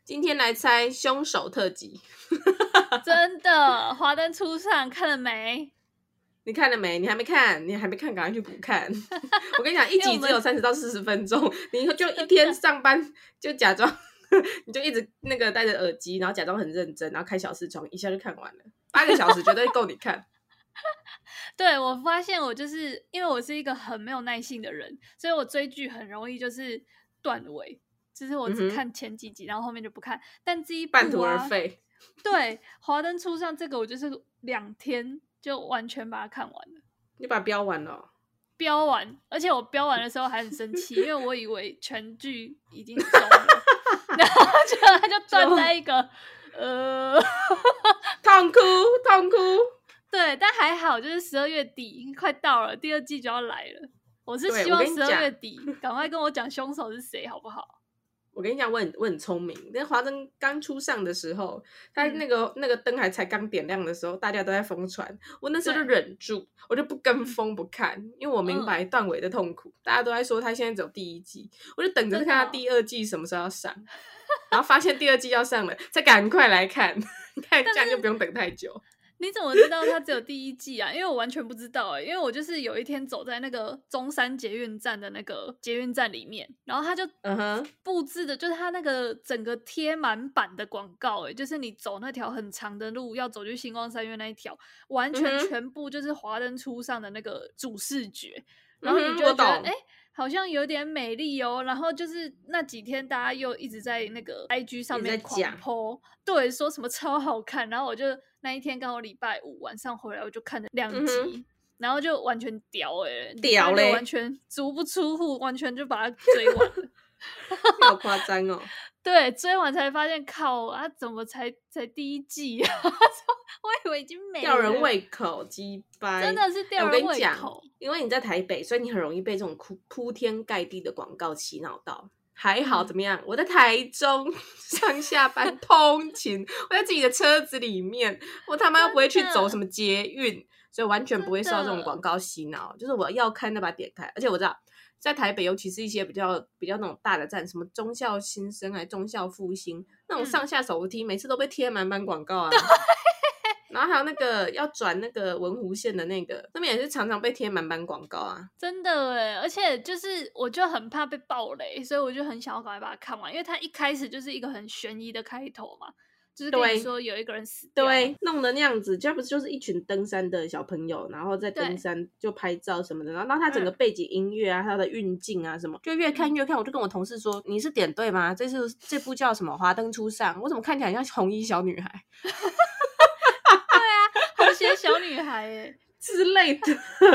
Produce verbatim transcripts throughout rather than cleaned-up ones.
今天来猜凶手特辑。 真的，华灯初上，看了没？ 你看了没？你还没看？你还没看，赶快去补看。我跟你讲，一集只有三十到四十分钟，你就一天上班就假装，你就一直那个戴着耳机，然后假装很认真，然后开小视窗，一下就看完了，八个小时绝对够你看。 对，我发现我就是因为我是一个很没有耐性的人，所以我追剧很容易就是断尾，就是我只看前几集，嗯、然后后面就不看。但这一部、啊、 半途而废。 对，华灯初上这个我就是两天就完全把它看完了。 你把它标完了、哦？ 标完，而且我标完的时候还很生气，因为我以为全剧已经终了，然后就它就断在一个呃痛哭痛哭。 对，但还好，就是十二月底快到了，第二季就要来了。我是希望十二月底赶快跟我讲凶手是谁，好不好？ 我跟你讲，我很我很聪明。那华灯刚出上的时候，他那个、嗯、那个灯还才刚点亮的时候，大家都在疯传。我那时候就忍住，我就不跟风不看，因为我明白断尾的痛苦。嗯、大家都在说他现在只有第一季，我就等着看他第二季什么时候要上，然后发现第二季要上了，再赶快来看，看这样就不用等太久。 你怎么知道它只有第一季啊？因为我完全不知道哎、欸，因为我就是有一天走在那个中山捷运站的那个捷运站里面，然后他就布置的、uh-huh. 就是他那个整个贴满版的广告哎、欸，就是你走那条很长的路要走去星光三院那一条，完全全部就是华灯初上的那个主视觉，然后你就会觉得哎。欸好像有点美丽哦，然后就是那几天大家又一直在那个 I G 上面狂 po， 对，说什么超好看，然后我就那一天刚好礼拜五晚上回来，我就看了两集、嗯，然后就完全屌哎、欸， 屌嘞， 完全足不出户，完全就把它追完了， 好夸张哦。 对，追完才发现靠啊，怎么才才第一季啊？我以为已经没了， 吊人胃口，鸡掰， 真的是吊人胃口。 因为你在台北，所以你很容易被这种铺天盖地的广告洗脑到。还好怎么样？嗯、我在台中上下班通勤，我在自己的车子里面，我他妈又不会去走什么捷运，所以完全不会受到这种广告洗脑。就是我要看就把它点开，而且我知道。在台北，尤其是一些比较比较那种大的站，什么忠孝新生还忠孝复兴那种上下手梯、嗯，每次都被贴满满广告啊。然后还有那个要转那个文湖线的那个，那边也是常常被贴满满广告啊。 真的耶，而且就是我就很怕被爆雷，所以我就很想要赶快把它看完，因为它一开始就是一个很悬疑的开头嘛。就是跟你说有一个人死掉， 对，弄的那样子，这不是就是一群登山的小朋友，然后在登山就拍照什么的，然后他整个背景音乐啊，他的运镜啊什么，就越看越看，我就跟我同事说，你是点对吗？这是这部叫什么？华灯初上，我怎么看起来像红衣小女孩？ 对啊，红鞋小女孩耶之类的，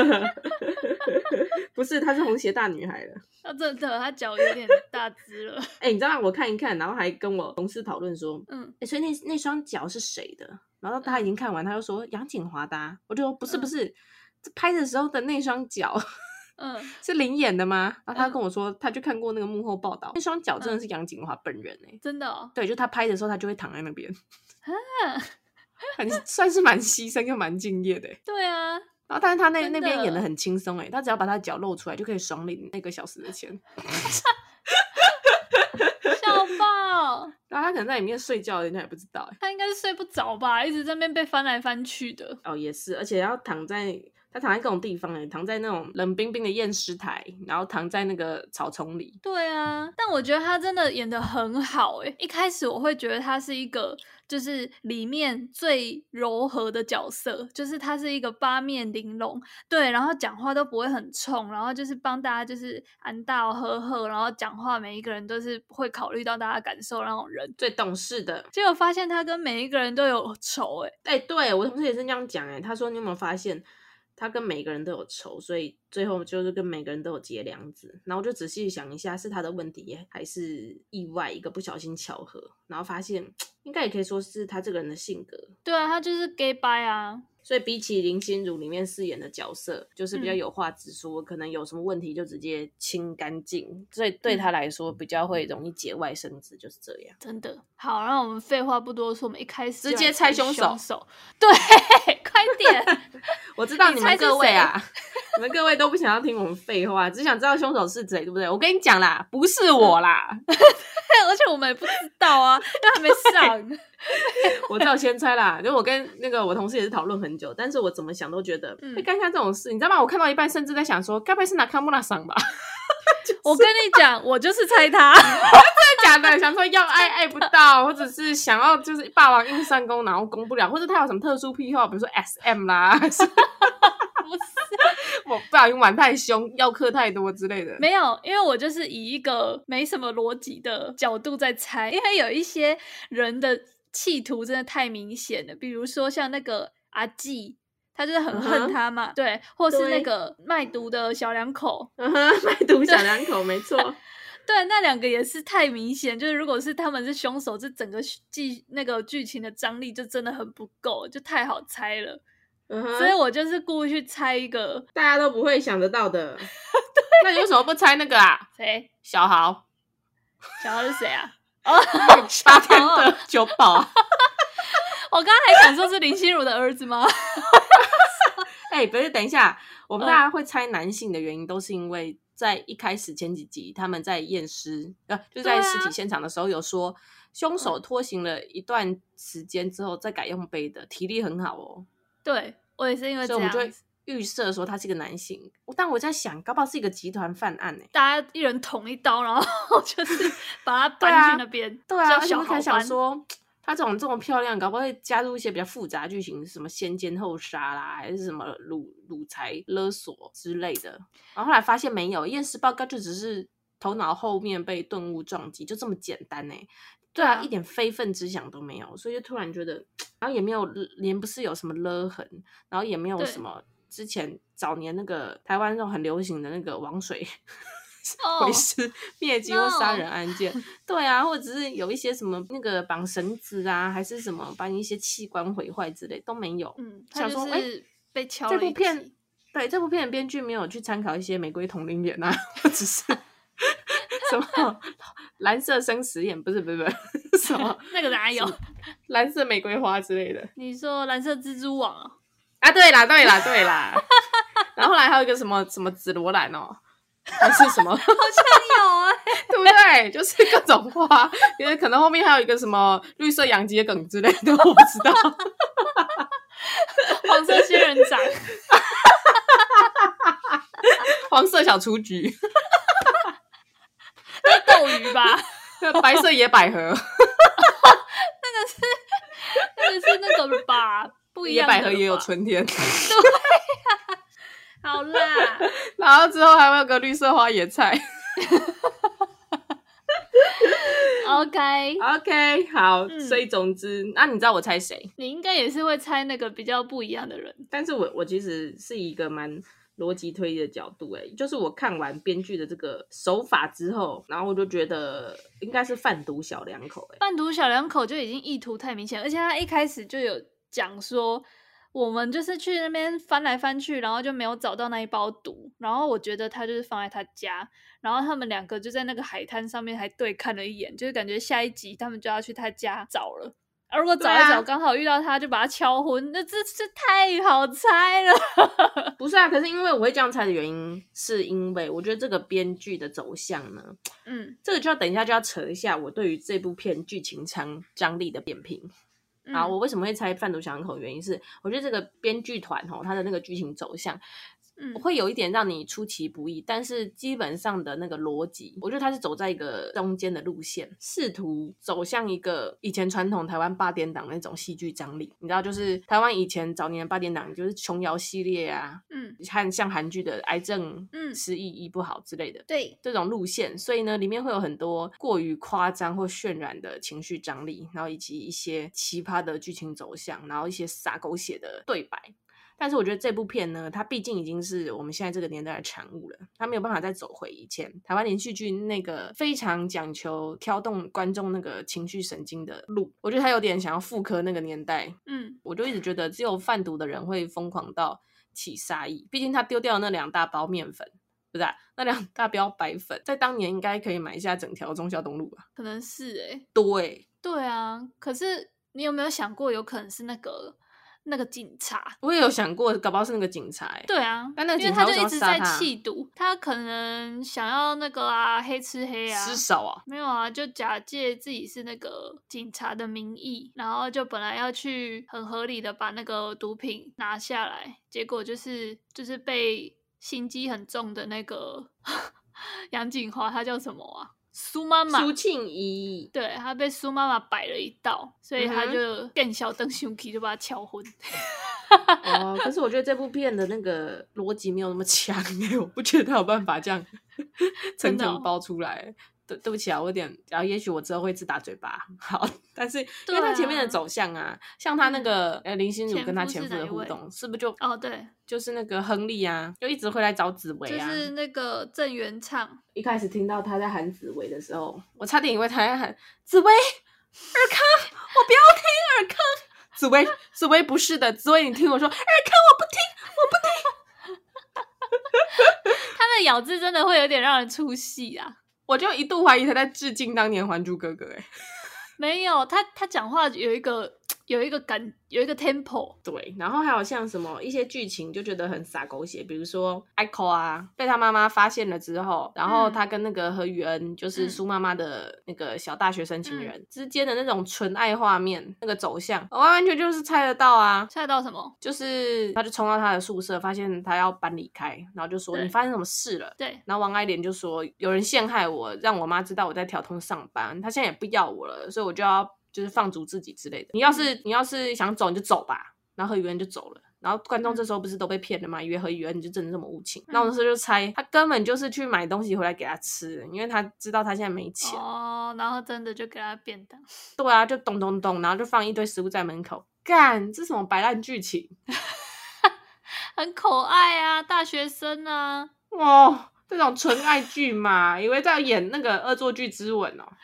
不是，她是红鞋大女孩了。 啊，真的，她脚有点大只了。 哎、欸，你知道吗？我看一看，然后还跟我同事讨论说，嗯，哎、欸，所以那那双脚是谁的？然后他已经看完，他就说杨谨华的、啊。我就说不是不是，嗯、这拍的时候的那双脚，嗯，是林演的吗？然后他跟我说，他就看过那个幕后报道，那双脚真的是杨谨华本人哎、欸， 真的哦。 对，就他拍的时候，他就会躺在那边。啊。很算是蛮牺牲又蛮敬业的、欸， 对啊。 然后但是他那那边演得很轻松哎，他只要把他脚露出来就可以爽领那个小时的钱， 笑爆！ 然后他可能在里面睡觉，人家也不知道哎， 他应该是睡不着吧，一直在那边被翻来翻去的。 哦，也是，而且要躺在他躺在各种地方哎，躺在那种冷冰冰的验尸台，然后躺在那个草丛里。 对啊，但我觉得他真的演得很好哎，一开始我会觉得他是一个。就是里面最柔和的角色，就是他是一个八面玲珑，对，然后讲话都不会很冲，然后就是帮大家就是安道呵呵，然后讲话每一个人都是会考虑到大家感受那种人， 最懂事的。 结果发现他跟每一个人都有仇哎、 欸，哎、欸，对我同事也是这样讲哎，他说你有没有发现他跟每个人都有仇，所以最后就是跟每个人都有结梁子。然后我就仔细想一下，是他的问题还是意外一个不小心巧合，然后发现应该也可以说是他这个人的性格。 对啊，他就是 gay bye 啊。 所以比起林心如里面饰演的角色，就是比较有话直说、嗯、可能有什么问题就直接清干净，所以对他来说比较会容易节外生枝，就是这样。 真的。好，让我们废话不多说，我们一开始直接猜凶手。 手对，快点。 我知道你们各位啊，你们各位都不想要听我们废话，只想知道凶手是谁，对不对？我跟你讲啦，不是我啦。 而且我们也不知道啊，因为还没上。 我只有先猜啦，因为我跟那个我同事也是讨论很久，但是我怎么想都觉得会、嗯、干下这种事，你知道吗？我看到一半甚至在想说，该不会是拿卡穆拉桑吧？ 就是、我跟你讲，我就是猜他， 真的假的？想说要爱爱不到，或者是想要就是霸王硬上弓，然后攻不了，或者他有什么特殊癖好，比如说 S M 啦，不是，我不小心玩太凶，要课太多之类的。 没有，因为我就是以一个没什么逻辑的角度在猜，因为有一些人的企图真的太明显了，比如说像那个阿纪。他就是很恨他嘛， uh-huh. 对，或是那个卖毒的小两口， 嗯哼，卖毒小两口，没错， 对，那两个也是太明显，就是如果是他们是凶手，这整个剧那个剧情的张力就真的很不够，就太好猜了，嗯哼，所以我就是故意去猜一个大家都不会想得到的。那你为什么不猜那个啊？ 谁？ 小豪。 小豪是谁啊？哦， 八天的酒保啊。 我刚刚还想说是林心如的儿子吗？ 哎、欸，不是，等一下，我们大家会猜男性的原因，都是因为在一开始前几集他们在验尸，呃，就在尸体现场的时候有说，凶手拖行了一段时间之后再改用背的，体力很好哦。 对，我也是因为这样， 所以我们就会预设说他是一个男性。但我在想，搞不好是一个集团犯案呢、欸， 大家一人捅一刀，然后就是把他搬去那边。 对啊，而且我还想说。他这种这么漂亮，搞不好会加入一些比较复杂的剧情，什么先奸后杀啦，还是什么掳掳财勒索之类的。然后后来发现没有，验尸报告就只是头脑后面被钝物撞击，就这么简单哎、欸。对啊，一点非分之想都没有，所以就突然觉得，然后也没有连不是有什么勒痕，然后也没有什么之前早年那个台湾那种很流行的那个王水。毁尸灭迹或杀人案件， no. 对啊，或者是有一些什么那个绑绳子啊，还是什么把你一些器官毁坏之类都没有。 嗯，想说哎，被敲了一这部片，对这部片的编剧没有去参考一些玫瑰同龄眼啊，或者是什么蓝色生死眼，不是不是不是什么那个哪有蓝色玫瑰花之类的？ 你说蓝色蜘蛛网啊？ 啊，对啦对啦对啦，然后后来还有一个什么什么紫罗兰哦。还是什么？ 好像有哎、 欸，对不对？就是各种花，因为可能后面还有一个什么绿色养桔梗之类的，我不知道。 黄色仙人掌， 黄色小雏菊， 那斗鱼吧？ 白色野百合， 那个是那个是那个吧？不一样的。 野百合也有春天。 对啊。好啦， 然后之后还会有个绿色花野菜。 OK OK 好、嗯、所以总之那、啊、你知道我猜谁？ 你应该也是会猜那个比较不一样的人， 但是我我其实是一个蛮逻辑推理的角度，诶，就是我看完编剧的这个手法之后，然后我就觉得应该是贩毒小两口。诶， 贩毒小两口就已经意图太明显，而且他一开始就有讲说我们就是去那边翻来翻去，然后就没有找到那一包毒，然后我觉得他就是放在他家，然后他们两个就在那个海滩上面还对看了一眼，就是感觉下一集他们就要去他家找了，而如果找一找刚好遇到他就把他敲昏，那这这太好猜了。 不是啊，可是因为我会这样猜的原因是因为我觉得这个编剧的走向呢，嗯，这个就要等一下就要扯一下我对于这部片剧情张张力的点评。好，我为什么会猜贩毒小两口的原因是我觉得这个编剧团齁他的那个剧情走向嗯，会有一点让你出其不意，但是基本上的那个逻辑我觉得他是走在一个中间的路线，试图走向一个以前传统台湾八点档那种戏剧张力，你知道就是台湾以前早年的八点档就是琼瑶系列啊，嗯，和像韩剧的癌症嗯失忆医不好之类的， 对， 这种路线，所以呢里面会有很多过于夸张或渲染的情绪张力，然后以及一些奇葩的剧情走向，然后一些洒狗血的对白。但是我觉得这部片呢，它毕竟已经是我们现在这个年代的产物了，它没有办法再走回以前台湾连续剧那个非常讲求挑动观众那个情绪神经的路，我觉得它有点想要复刻那个年代。嗯，我就一直觉得只有贩毒的人会疯狂到起杀意，毕竟他丢掉那两大包面粉，不是、啊、那两大包白粉在当年应该可以买下整条忠孝东路吧？ 可能是欸， 对对啊，可是你有没有想过有可能是那个那个警察。 我也有想过搞不好是那个警察、欸、 对啊， 但那个警察为什么要杀他？ 因为他就一直在气毒，他可能想要那个啊黑吃黑啊， 失手啊？ 没有啊，就假借自己是那个警察的名义，然后就本来要去很合理的把那个毒品拿下来，结果就是就是被心机很重的那个杨锦华，他叫什么啊？苏妈妈， 苏庆仪， 对，他被苏妈妈摆了一道，所以他就更小灯凶器，就把他敲昏。 哦，可是我觉得这部片的那个逻辑没有那么强哎，我不觉得他有办法这样层层包出来。对，对不起啊，我有点，然后也许我之后会自打嘴巴。好，但是因为他前面的走向啊，啊像他那个、嗯、呃林心如跟他前夫的互动，是不是就哦对， 就是那个亨利啊，就一直会来找紫薇啊， 就是那个郑元畅。 一开始听到他在喊紫薇的时候，我差点以为他在喊紫薇尔康，我不要听尔康。紫薇，紫薇不是的，紫薇你听我说，尔康我不听，我不听。他的咬字真的会有点让人出戏啊。 我就一度怀疑他在致敬当年《还珠格格》哎， 没有，他他讲话有一个有一个感有一个 tempo。 对，然后还有像什么一些剧情就觉得很洒狗血，比如说 Echo 啊被他妈妈发现了之后，然后他跟那个何宇恩、嗯、就是苏妈妈的那个小大学生情人、嗯、之间的那种纯爱画面，那个走向我完完全就是猜得到啊。 猜得到什么？ 就是他就冲到他的宿舍，发现他要搬离开，然后就说你发生什么事了？ 对， 然后王爱莲就说有人陷害我，让我妈知道我在调通上班，他现在也不要我了，所以我就要就是放逐自己之类的。你要是、嗯、你要是想走你就走吧。然后何宇恩就走了，然后观众这时候不是都被骗了吗？以为何宇恩就真的这么无情。那、嗯、我那时候就猜他根本就是去买东西回来给他吃，因为他知道他现在没钱哦，然后真的就给他便当。 对啊，就咚咚咚，然后就放一堆食物在门口。干，这什么白烂剧情？ 很可爱啊，大学生啊。 哦，这种纯爱剧嘛，以为在演那个恶作剧之吻哦。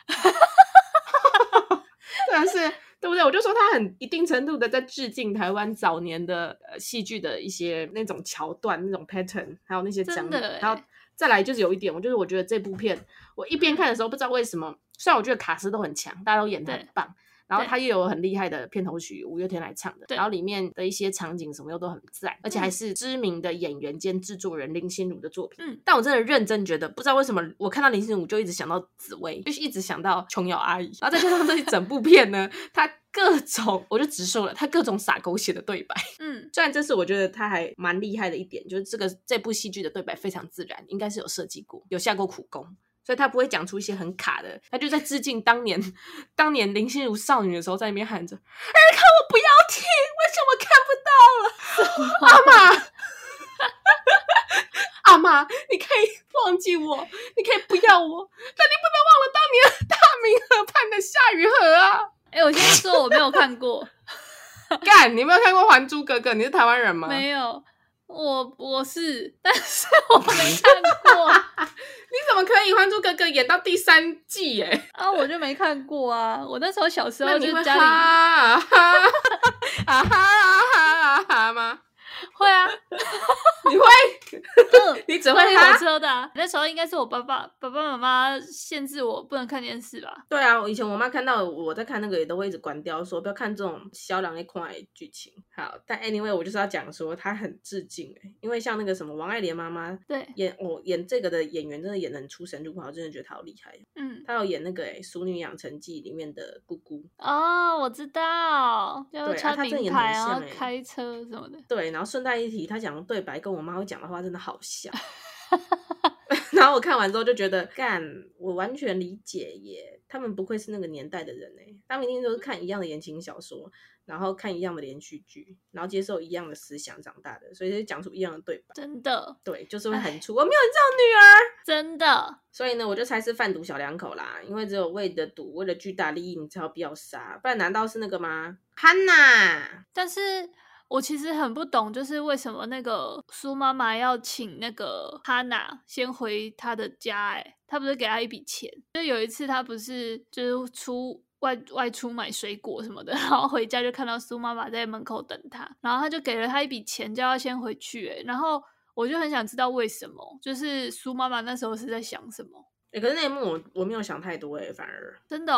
真的是。对不对？我就说他很一定程度的在致敬台湾早年的呃戏剧的一些那种桥段、那种 pattern， 还有那些张力。然后再来就是有一点，我就是我觉得这部片我一边看的时候不知道为什么，虽然我觉得卡司都很强，大家都演得很棒，然后他也有很厉害的片头曲，五月天来唱的，然后里面的一些场景什么又都很赞，而且还是知名的演员兼制作人林心如的作品。嗯，但我真的认真觉得，不知道为什么我看到林心如就一直想到紫薇，就是一直想到琼瑶阿姨，然后再加上这一整部片呢，他各种我就直说了，他各种洒狗血的对白。嗯，虽然这是我觉得他还蛮厉害的一点，就是这个这部戏剧的对白非常自然，应该是有设计过，有下过苦功。所以他不会讲出一些很卡的，他就在致敬当年当年林心如少女的时候，在那边喊着尔康我不要听，为什么看不到了？阿嬷阿嬷你可以忘记我，你可以不要我，但你不能忘了当年大明河畔的夏雨荷啊。 哎、欸，我先说我没有看过。 干，你没有看过《还珠格格》？你是台湾人吗？ 没有，我我是，但是我没看过。 你怎么可以《还珠格格》演到第三季耶？ 啊，我就没看过啊！我那时候小时候就家里啊哈啊哈啊哈吗？ 会啊， 你会？嗯，你只会开火车的、啊。那时候应该是我爸爸爸爸妈妈限制我不能看电视吧？ 对啊，以前我妈看到我在看那个也都会一直关掉，说不要看这种小两一块的剧情。好，但 anyway 我就是要讲说他很致敬哎、欸，因为像那个什么王爱莲妈妈， 对， 演哦演这个的演员真的演得很出神入化，我真的觉得他好厉害。嗯，他有演那个哎、欸《淑女养成记》里面的姑姑。 哦，我知道，就穿名牌然后欸、 开车什么的。 对，然后顺带一提，他讲的对白跟我妈会讲的话真的好像。然后我看完之后就觉得，干，我完全理解耶，他们不愧是那个年代的人耶，他们一定都是看一样的言情小说，然后看一样的连续剧，然后接受一样的思想长大的，所以就讲出一样的对白。 真的， 对，就是会很出我没有你这种女儿， 真的。 所以呢，我就猜是贩毒小两口啦，因为只有为了赌，为了巨大利益，你才有必要杀，不然难道是那个吗？汉娜， 但是。我其实很不懂，就是为什么那个苏妈妈要请那个哈娜先回她的家、欸？哎，她不是给她一笔钱？就有一次她不是就是出外外出买水果什么的，然后回家就看到苏妈妈在门口等她，然后她就给了她一笔钱，叫她先回去、欸。哎，然后我就很想知道为什么，就是苏妈妈那时候是在想什么？ 哎、欸，可是那一幕我我没有想太多哎、欸，反而真的哦。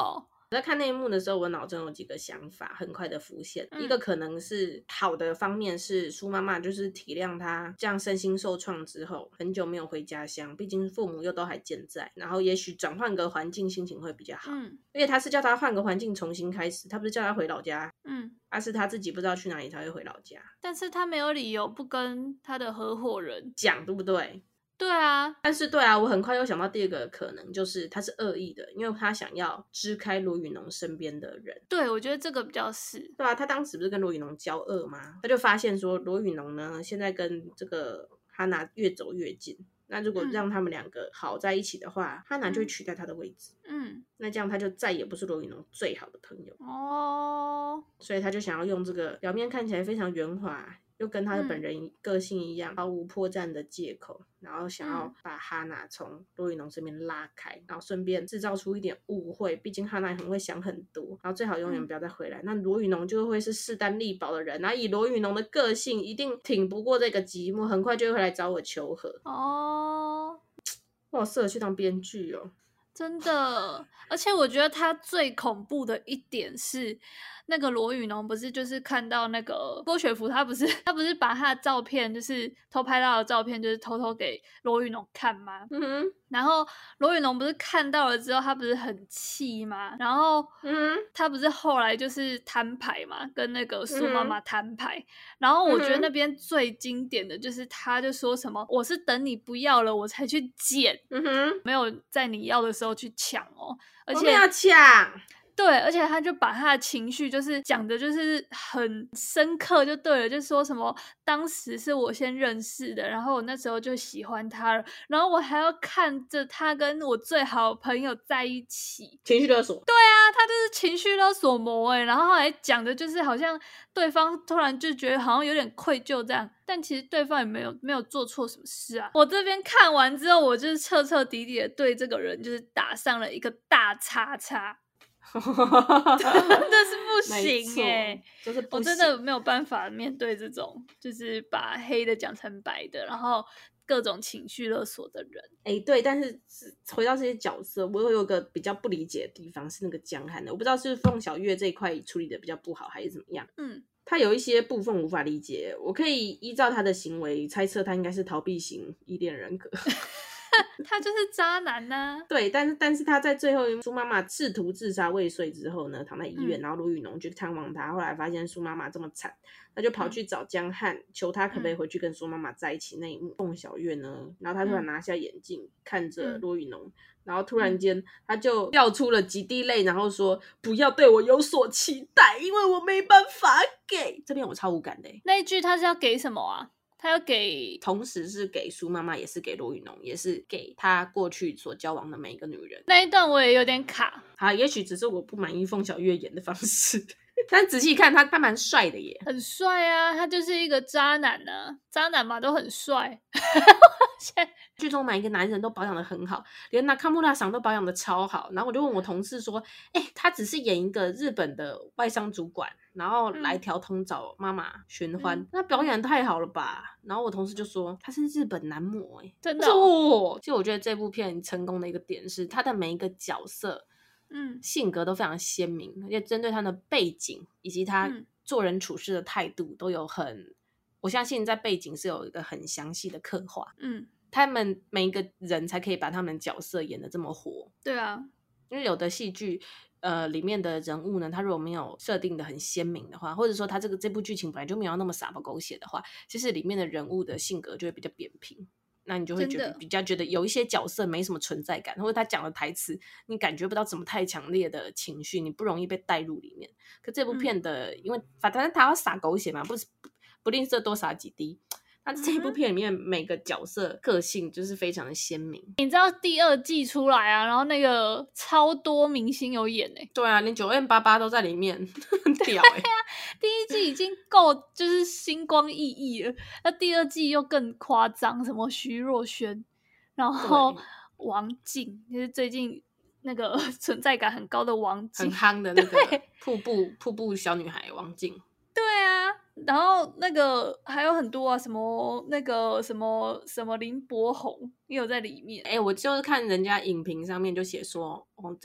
我在看那一幕的时候，我脑中有几个想法很快的浮现、嗯、一个可能是好的方面是苏妈妈就是体谅她这样身心受创之后很久没有回家乡，毕竟父母又都还健在，然后也许转换个环境心情会比较好、嗯、而且他是叫他换个环境重新开始，他不是叫他回老家，嗯，而、啊、是他自己不知道去哪里才会回老家， 但是他没有理由不跟他的合伙人讲，对不对？ 对啊， 但是对啊，我很快又想到第二个可能，就是他是恶意的，因为他想要支开罗宇农身边的人。 对，我觉得这个比较是。 对啊，他当时不是跟罗宇农交恶吗？他就发现说罗宇农呢现在跟这个哈娜越走越近，那如果让他们两个好在一起的话，哈娜、嗯、就会取代他的位置。嗯，那这样他就再也不是罗宇农最好的朋友哦，所以他就想要用这个表面看起来非常圆滑又跟他的本人个性一样、嗯、毫无破绽的借口，然后想要把哈娜从罗宇农这边拉开，然后顺便制造出一点误会，毕竟哈娜很会想很多，然后最好永远不要再回来、嗯、那罗宇农就会是势单力薄的人，然后以罗宇农的个性一定挺不过这个寂寞，很快就会来找我求和哦。我好适合去当编剧哦， 真的。而且我觉得他最恐怖的一点是那个罗宇农不是就是看到那个郭雪芙，他不是他不是把他的照片就是偷拍到的照片就是偷偷给罗宇农看吗？嗯哼，然后罗宇农不是看到了之后他不是很气吗？然后嗯，他不是后来就是摊牌嘛，跟那个苏妈妈摊牌、嗯、然后我觉得那边最经典的就是他就说什么我是等你不要了我才去捡，嗯哼，没有在你要的时候去抢哦，而且我没有抢， 对，而且他就把他的情绪就是讲的就是很深刻就对了，就说什么当时是我先认识的，然后我那时候就喜欢他了，然后我还要看着他跟我最好的朋友在一起， 情绪勒索。 对啊，他就是情绪勒索魔耶，然后后来讲的就是好像对方突然就觉得好像有点愧疚这样，但其实对方也没有没有做错什么事啊。我这边看完之后我就是彻彻底底的对这个人就是打上了一个大叉叉真的是不行耶、欸就是不行， 我真的没有办法面对这种就是把黑的讲成白的，然后各种情绪勒索的人。 哎、欸，对，但是回到这些角色，我有个比较不理解的地方是那个江汉的，我不知道是凤小岳这一块处理的比较不好还是怎么样。嗯，他有一些部分无法理解，我可以依照他的行为猜测他应该是逃避型依恋人格。 他就是渣男啊。 对，但是但是他在最后苏妈妈试图自杀未遂之后呢，躺在医院、嗯、然后罗宇农去探望他，后来发现苏妈妈这么惨，他就跑去找江汉、嗯、求他可不可以回去跟苏妈妈在一起。那一幕凤小岳呢，然后他突然拿下眼镜、嗯、看着罗宇农，然后突然间他就掉出了几滴泪，然后说不要对我有所期待，因为我没办法给。这边我超无感的。 那一句他是要给什么啊？他要给， 同时是给苏妈妈，也是给罗宇农，也是给他过去所交往的每一个女人。 那一段我也有点卡。 好，也许只是我不满意凤小岳演的方式，但仔细看他他蛮帅的耶， 很帅啊，他就是一个渣男啊，渣男嘛都很帅。 剧中每一个男人都保养的很好，连那卡穆拉桑都保养的超好。然后我就问我同事说，哎、欸，他只是演一个日本的外商主管，然后来调通找妈妈寻欢、嗯、那表演太好了吧。然后我同事就说他是日本男模。欸， 真的哦。 其实我觉得这部片成功的一个点是他的每一个角色嗯，性格都非常鲜明，而且针对他的背景以及他做人处事的态度都有很，我相信在背景是有一个很详细的刻画。嗯，他们每一个人才可以把他们角色演得这么活。 对啊， 因为有的戏剧呃里面的人物呢，他如果没有设定的很鲜明的话，或者说他这个这部剧情本来就没有那么洒不狗血的话，其实里面的人物的性格就会比较扁平，那你就会觉得比较觉得有一些角色没什么存在感，或者他讲的台词你感觉不到怎么太强烈的情绪，你不容易被带入里面。可这部片的、嗯、因为反正他要洒狗血嘛，不不吝啬多洒几滴，那这一部片里面每个角色个性就是非常的鲜明。 你知道第二季出来啊，然后那个超多明星有演欸。 对啊，连九 M 八八都在里面，很屌欸。 对啊，第一季已经够就是星光熠熠了，那第二季又更夸张，什么徐若瑄，然后王静，就是最近那个存在感很高的王静， 很夯的那个瀑布瀑布小女孩王静。 对啊，然后那个还有很多啊，什么那个什么什么林柏宏也有在里面。 哎、欸，我就是看人家影评上面就写说，哦，这部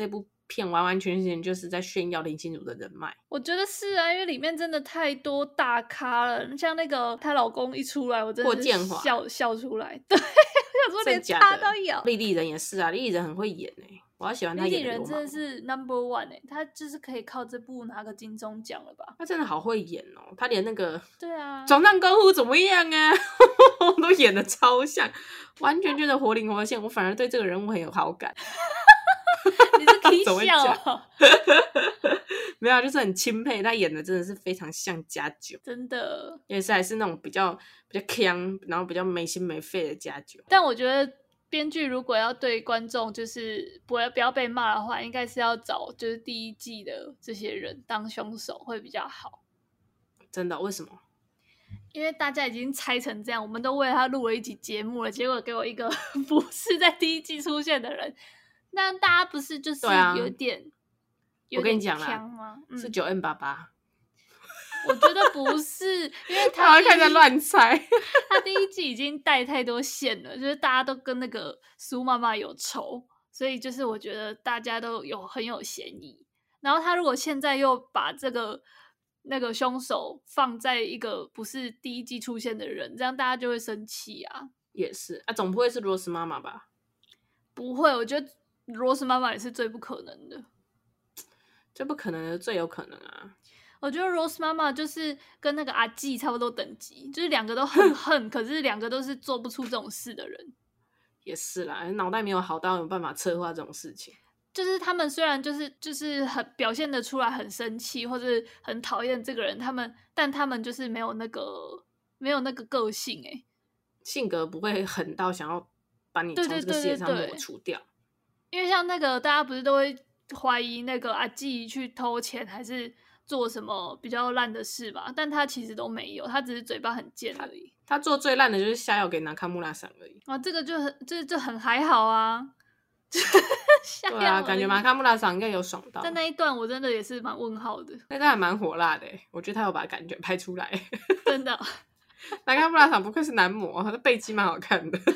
片完完全全就是在炫耀林心如的人脉。 我觉得是啊，因为里面真的太多大咖了，像那个她老公一出来，我真的是笑笑出来。对，我想说连他都有。 李李仁也是啊，李李仁很会演哎、欸，我好喜欢他演的流氓。 李李仁真的是 number one 哎、欸，他就是可以靠这部拿个金钟奖了吧？ 他真的好会演哦，他连那个对啊， 总上功夫怎么样啊，都演的超像，完全觉得活灵活现。我反而对这个人物很有好感。 你是可以笑、哦， 没有，就是很钦佩他演的，真的是非常像家酒， 真的也是还是那种比较比较呛，然后比较没心没肺的家酒。 但我觉得编剧如果要对观众就是不要不要被骂的话，应该是要找就是第一季的这些人当凶手会比较好。 真的？为什么？ 因为大家已经猜成这样，我们都为他录了一集节目了，结果给我一个不是在第一季出现的人。那大家不是就是有点、啊、 有点我跟你讲啦、嗯、 是九 N 八八， 我觉得不是，因为他开始乱猜。 他第一季已经带太多线了，就是大家都跟那个苏妈妈有仇，所以就是我觉得大家都有很有嫌疑。然后他如果现在又把这个那个凶手放在一个不是第一季出现的人，这样大家就会生气啊。 也是啊，总不会是罗斯妈妈吧？ 不会，我觉得罗斯妈妈也是最不可能的， 最不可能的最有可能啊！ 我觉得 Rose 妈妈就是跟那个阿纪差不多等级，就是两个都很恨，可是两个都是做不出这种事的人。 也是啦，脑袋没有好到有办法策划这种事情。 就是他们虽然就是就是很表现得出来很生气或者很讨厌这个人，他们但他们就是没有那个没有那个个性哎、欸， 性格不会狠到想要把你从这个世界上抹除掉。 因为像那个大家不是都会怀疑那个阿纪去偷钱还是做什么比较烂的事吧，但他其实都没有，他只是嘴巴很贱而已。 他, 他做最烂的就是下药给拿卡穆拉桑而已啊，这个就很这就很还好啊。 对啊，感觉马卡穆拉桑应该有爽到。 但那一段我真的也是蛮问号的， 那段还蛮火辣的，我觉得他有把感觉拍出来。 真的， 马卡穆拉桑不愧是男模，他的背肌蛮好看的。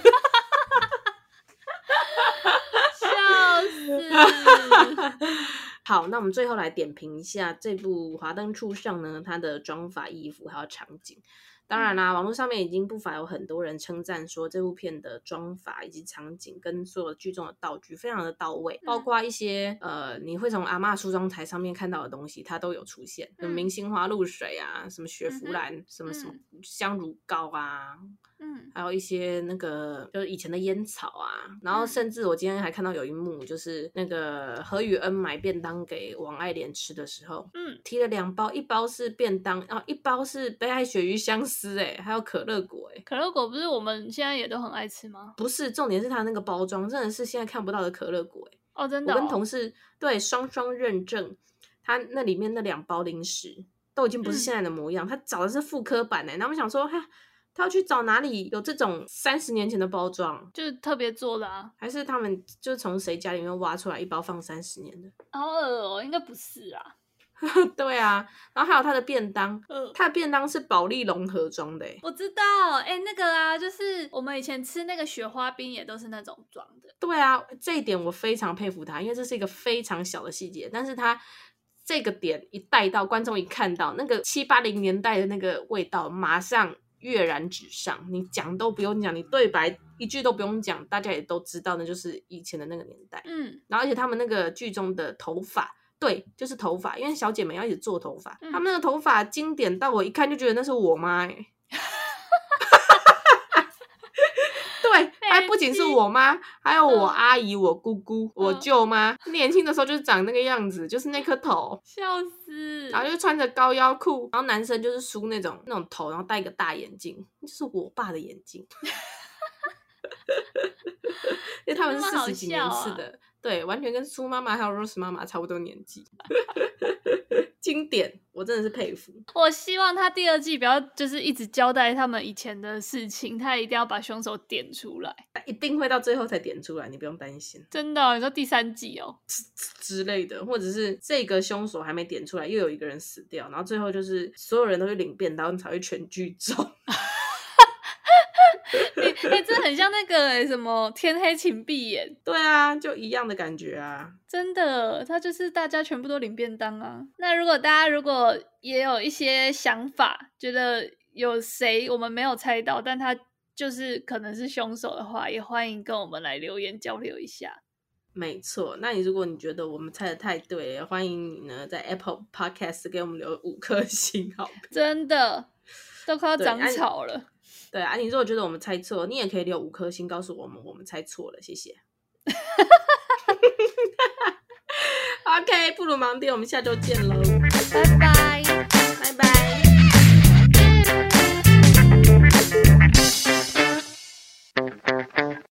笑死！ 好，那我们最后来点评一下这部《华灯初上》呢，它的妆法、衣服还有场景。当然啦，网络上面已经不乏有很多人称赞说这部片的妆法以及场景跟所有剧中的道具非常的到位，包括一些呃你会从阿嬷梳妆台上面看到的东西，它都有出现，什么明星花露水啊，什么雪芙兰、嗯、什么什么香乳膏啊，嗯，还有一些那个就是以前的烟草啊，然后甚至我今天还看到有一幕，就是那个何宇恩买便当给王爱莲吃的时候，嗯，提了两包，一包是便当，然后一包是北海鳕鱼香丝。欸、还有可乐果、欸、 可乐果不是我们现在也都很爱吃吗？ 不是，重点是它那个包装真的是现在看不到的可乐果、欸、 哦，真的、哦、 我跟同事对双双认证，它那里面那两包零食都已经不是现在的模样，他、嗯、找的是复刻版的、欸、然后我想说哈，他要去找哪里有这种三十年前的包装， 就是特别做的啊， 还是他们就是从谁家里面挖出来一包放三十年的？ 好恶哦，应该不是啊。 对啊，然后还有他的便当，呃、他的便当是保利龙盒装的、欸、 我知道，哎、欸，那个啊，就是我们以前吃那个雪花冰也都是那种装的。 对啊，这一点我非常佩服他，因为这是一个非常小的细节，但是他这个点一带到，观众一看到那个七八零年代的那个味道，马上跃然纸上，你讲都不用讲，你对白一句都不用讲，大家也都知道那就是以前的那个年代。嗯，然后而且他们那个剧中的头发。对，就是头发，因为小姐们要一直做头发，嗯、他们那个头发经典到我一看就觉得那是我妈哎、欸。对，还不仅是我妈，还有我阿姨、我姑姑、嗯、我舅妈，年轻的时候就是长那个样子，就是那颗头， 笑死。 然后就穿着高腰裤，然后男生就是梳那种那种头，然后戴一个大眼镜，就是我爸的眼镜。因为他们是四十几年次的、啊、对，完全跟苏妈妈还有 Rose 妈妈差不多年纪。经典，我真的是佩服。 我希望他第二季不要就是一直交代他们以前的事情，他一定要把凶手点出来， 他一定会到最后才点出来，你不用担心。 真的、哦、你说第三季哦之类的，或者是这个凶手还没点出来，又有一个人死掉，然后最后就是所有人都去领便当才会全剧终。 你哎、欸，这很像那个、欸、什么天黑请闭眼。 对啊，就一样的感觉啊。 真的，他就是大家全部都领便当啊。那如果大家如果也有一些想法，觉得有谁我们没有猜到，但他就是可能是凶手的话，也欢迎跟我们来留言交流一下。 没错，那你如果你觉得我们猜的太对了，欢迎你呢在 Apple Podcast 给我们留五颗星好评。 真的都快要长草了。 对啊，你如果觉得我们猜错，你也可以留五颗星告诉我们我们猜错了，谢谢。OK， 布鲁盲店，我们下周见喽， 拜拜， 拜拜。